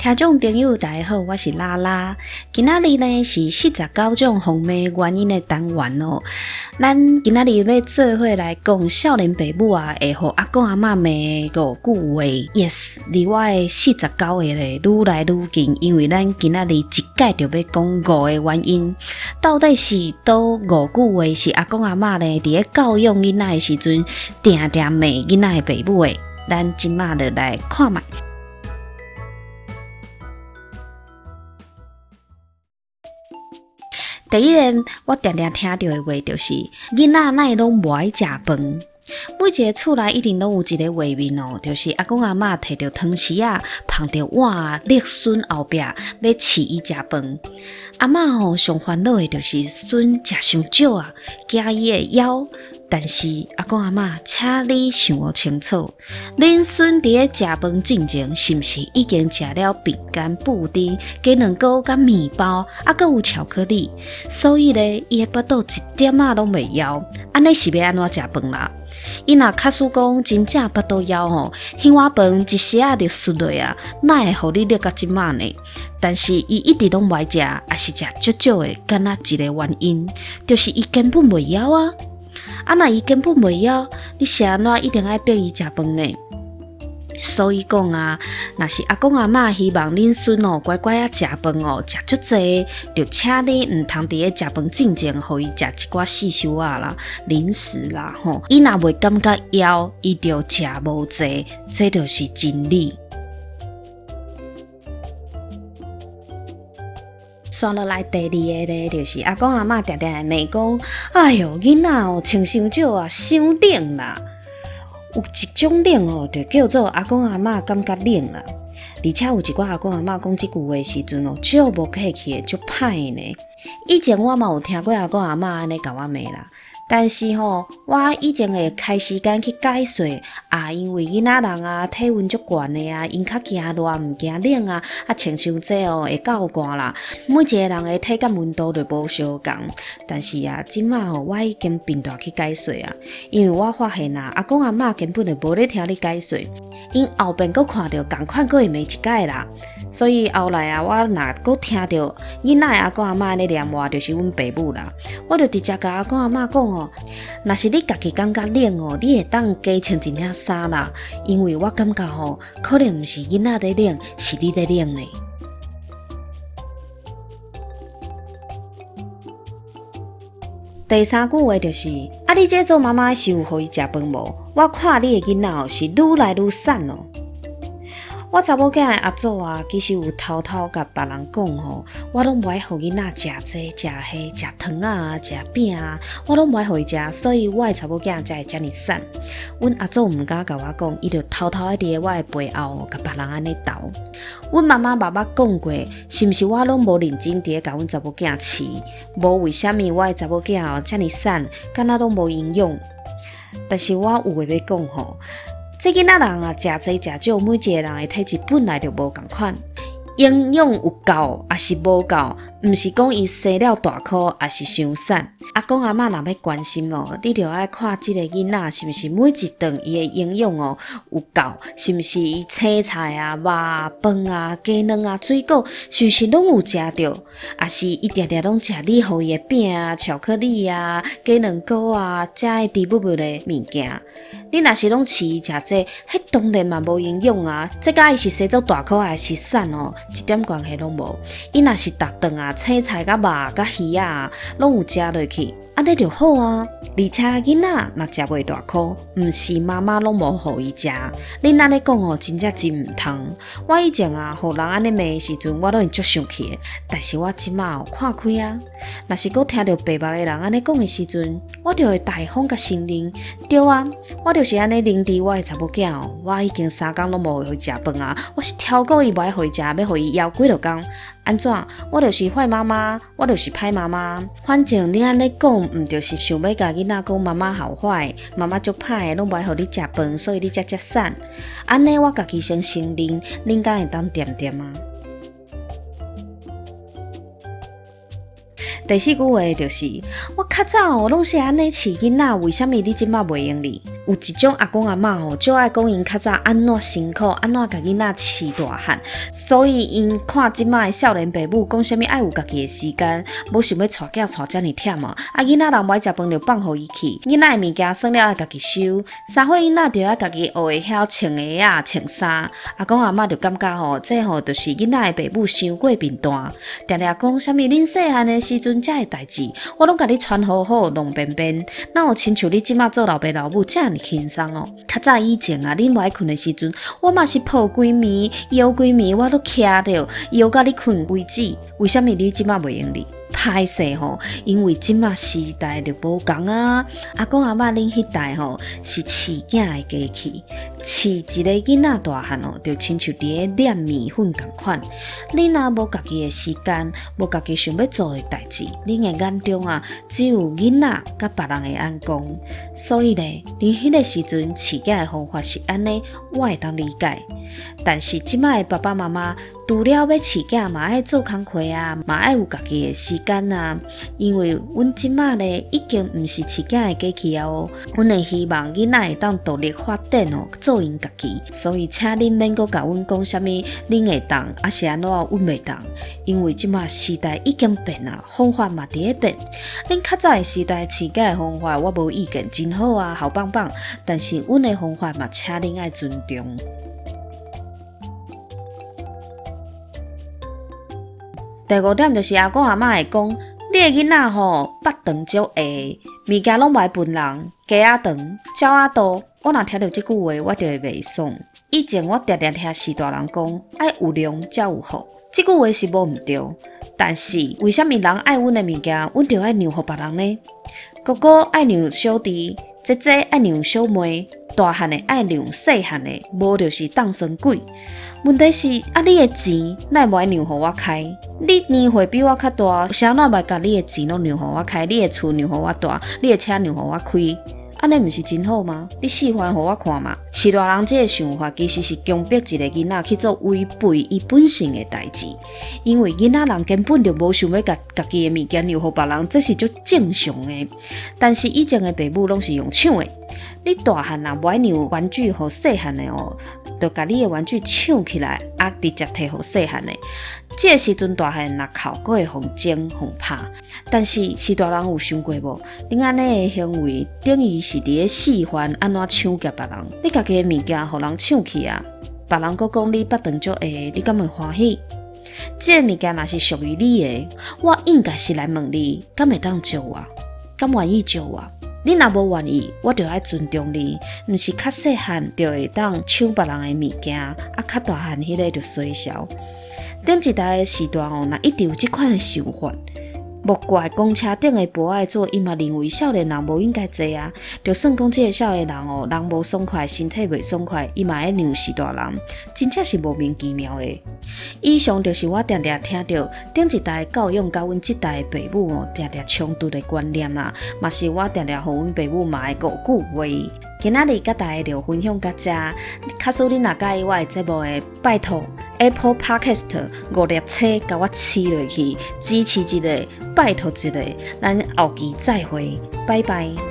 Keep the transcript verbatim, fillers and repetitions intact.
听众朋友大家好，我是拉拉。今仔日呢是四十九种风味原因的单元哦。咱今仔日要做伙来讲少年爸母啊，会互阿公阿嬷骂五句话。Yes， 离我的四十九个咧愈来愈近，因为咱今仔日一概就要讲五个原因。到底是倒五句话是阿公阿嬷咧伫咧教育囡仔的时阵，定定骂囡仔的爸母的？咱即马就来看卖。第一个，我常常听到的话就是囡仔哪会拢无爱食饭。每一个厝内一定拢有一个画面哦，就是阿公阿嬷摕着汤匙啊，捧着碗，立孙后壁要饲伊食饭。阿嬷吼上烦恼的就是孙食伤少啊，惊伊会枵。但是阿公阿嬷，请你想清楚，恁孙伫咧食饭进前，是毋是已经食了饼干、布丁、鸡卵糕、甲面包，啊，阁有巧克力？所以咧，伊的腹肚一点仔拢袂枵，安尼是要安怎食饭啦？伊若假使讲真正腹肚枵吼，迄碗饭一时仔就输落啊，哪会互你立到即满呢？但是伊一直拢袂食，也是食少少的，敢若一个原因，就是伊根本袂枵啊。啊，若伊根本袂枵，你是安怎一定爱逼伊食饭呢？所以讲啊，若是阿公阿嬷希望恁孙哦乖乖啊食饭哦，食足济，就请你毋通伫咧食饭进前，互伊食一寡四小啊啦、零食啦吼。伊若袂感觉枵，伊就食无济，这就是真理。刷落来第二个咧，就是阿公阿嬷常常会骂讲，哎哟，囡仔哦穿伤少啊，伤冷啦。有一种冷哦，就叫做阿公阿嬷感觉冷啦。而且有一寡阿公阿嬷讲即句话的时阵哦，足无客气的，足歹呢。以前我嘛有听过阿公阿嬷安尼甲我骂啦。但是吼，我以前会开时间去解说啊，因为囡仔人啊体温足悬的啊，因较惊热毋惊冷啊，啊穿伤济哦会够寒啦。每一个人的体感温度就无相共。但是啊，即马吼我已经变大去解说啊，因为我发现啊，阿公阿嬷根本就无咧听你解说，因后边佫看到同款佫会骂一解啦。所以后来啊，我若佫听到囡仔的阿公阿嬷安尼念话，就是阮爸母啦，我就直接甲阿公阿嬷讲哦。若是你家己感觉冷哦，你会当加穿一领衫啦，因为我感觉吼，可能毋是囡仔在冷，是你在冷呢。第三句话就是，啊，你这做妈妈是有互伊食饭无？我看你的囡仔哦，是愈来愈瘦哦。我查某囝的阿祖啊，其实有偷偷甲别人讲吼，我拢无爱互囡仔食这食迄，食糖啊，食饼啊，我拢无爱互伊食，所以我的查某囝才会遮尔瘦。阮阿祖毋敢甲我讲，伊就偷偷伫咧我的背后甲别人安尼斗。阮妈妈爸爸讲过，是毋是我拢无认真伫咧甲阮查某囝饲？无为虾米我的查某囝哦遮尔瘦，敢若拢无营养？但是我有话要讲吼。这囡仔人啊，食济食少，每一个人的体质本来就无共款，营养有够还是无够，毋是讲伊生了大颗，还是伤瘦。阿公阿嬷若要关心哦，你就爱看即个囡仔是毋是每一顿伊的营养哦有够，是毋是伊青菜啊、肉、饭啊、鸡卵啊、水果，是毋是拢有食着，还是伊定定拢食你互伊的饼啊、巧克力啊、鸡卵糕啊，遮的甜蜜蜜的物件。你若是拢饲伊食这，迄当然嘛无营养啊！这甲伊是生做大颗还是瘦哦，一点关系拢无。伊若是逐顿啊，青菜甲肉甲鱼啊，拢有食落去，安尼就好啊。而且囡仔若食袂大颗，毋是妈妈拢无互伊食。恁安尼讲哦，真正真毋通。我以前啊，互人安尼骂的时阵，我都会足生气的。但是我即马哦看开啊，若是佫听到白目的人安尼讲的时阵，我就会大方甲承认。对啊，我就是安尼认知我的查某囝哦。我已经三工拢无互伊食饭啊，我是超过伊无爱互伊食，要互伊枵几落工。安怎？我就是坏妈妈，我就是歹妈妈。反正你安尼讲，毋就是想要甲囡仔讲妈妈好坏，妈妈足歹，拢无爱互你食饭，所以你才遮瘦。安尼我家己先承认，恁敢会当掂掂啊？第四句话就是，我较早哦拢是安尼饲囡仔，为什么你即马袂用哩？ 有一种阿公阿嬷吼，就爱讲因较早安怎辛苦，安怎甲囡仔饲大汉，所以因看即摆的少年爸母讲啥物爱有家己的时间，无想要带囝带遮尔忝哦。啊，囡仔人无爱食饭就放互伊去，囡仔的物件算了爱家己收，三岁囡仔就要家己学会晓穿鞋啊、穿衫。阿公阿嬷就感觉吼，这吼就是囡仔的爸母伤过面单，常常讲啥物恁细汉的时阵遮的代志，我拢甲你穿好好、弄便便，哪有亲像你即摆做老爸老母遮尔轻松哦？较早以前啊，恁无爱困的时阵，我嘛是抱规暝、摇规暝，我都徛着摇到你困为止。为什么你即摆袂用哩？歹势吼，因为即马时代就无共啊。阿公阿嬷恁迄代吼是饲囝的家去，饲一个囡仔大汉哦，就亲像伫咧碾面粉共款。恁若无家己的时间，无家己想要做的代志，恁的眼中啊，只有囡仔甲别人的眼光。所以咧，恁迄个时阵饲囝的方法是安尼，我会当理解。但是即摆的爸爸妈妈，除了要饲囝，嘛爱做工课啊，嘛爱有家己的时间啊。因为阮即摆咧已经毋是饲囝的家去啊哦，阮会希望囡仔会当独立发展哦，做因家己。所以请恁免阁甲阮讲啥物，恁会当，还是安怎，阮袂当。因为即摆时代已经变啊，方法嘛伫咧变。恁较早的时代饲囝的方法，我无意见，真好啊，好棒棒。但是阮的方法嘛，请恁爱尊重。第五点就是阿公阿嬷会讲，你的囡仔吼腹肠足饿，物件拢袂分人，鸡仔肠、鸟仔肚。我若听到即句话，我就会袂爽。以前我常常听士大人讲，爱有量才有福。即句话是无毋对，但是为什么人爱阮的物件，阮就爱让互别人呢？哥哥爱让小弟，姐姐爱让小妹，大汉的爱让细汉的，无就是当生鬼。问题是，啊，你的钱哪会让互我开？你年岁比我较大，谁哪会甲你的钱拢让互我开？你的厝让互我大，你的车让互我开？安尼毋是真好吗？你示范互我看嘛！是大人这个想法，其实是强迫一个囡仔去做违背伊本性的代志。因为囡仔人根本就无想要甲家己的物件让互别人，这是足正常的。但是以前的爸母拢是用抢的，你大汉啊，无爱让玩具互细汉的哦，就甲你的玩具抢起来，啊，直接摕互细汉的。这个时阵大汉若哭，佫会互争互拍。但是是大人有想过无？恁安尼的行为等于是伫咧示范安怎抢劫别人。你家己的物件互人抢去啊，别人佫讲你腹肠足饿，你敢会欢喜？这个物件若是属于你的，我应该是来问你，敢会当借我？敢愿意借我？你若无愿意，我就爱尊重你。毋是较细汉就会当抢别人的物件，啊较大汉迄个就衰小。顶一代的时代哦，若一直有即款的想法，莫怪公车顶的博爱座，伊嘛认为少年人无应该坐啊。就算讲这个少年人哦，人无爽快，身体袂爽快，伊嘛会让是大人，真正是莫名其妙的。以上就是我常常听到顶一代的教育甲阮即代的爸母哦，常常冲突的观念啦，嘛是我常常互阮爸母嘛的五句话。今仔日甲大家就分享到这，假使你若介意我的节目的，拜托 Apple Podcast 五粒星甲我刺落去，支持一下，拜托一下，咱后期再会，拜拜。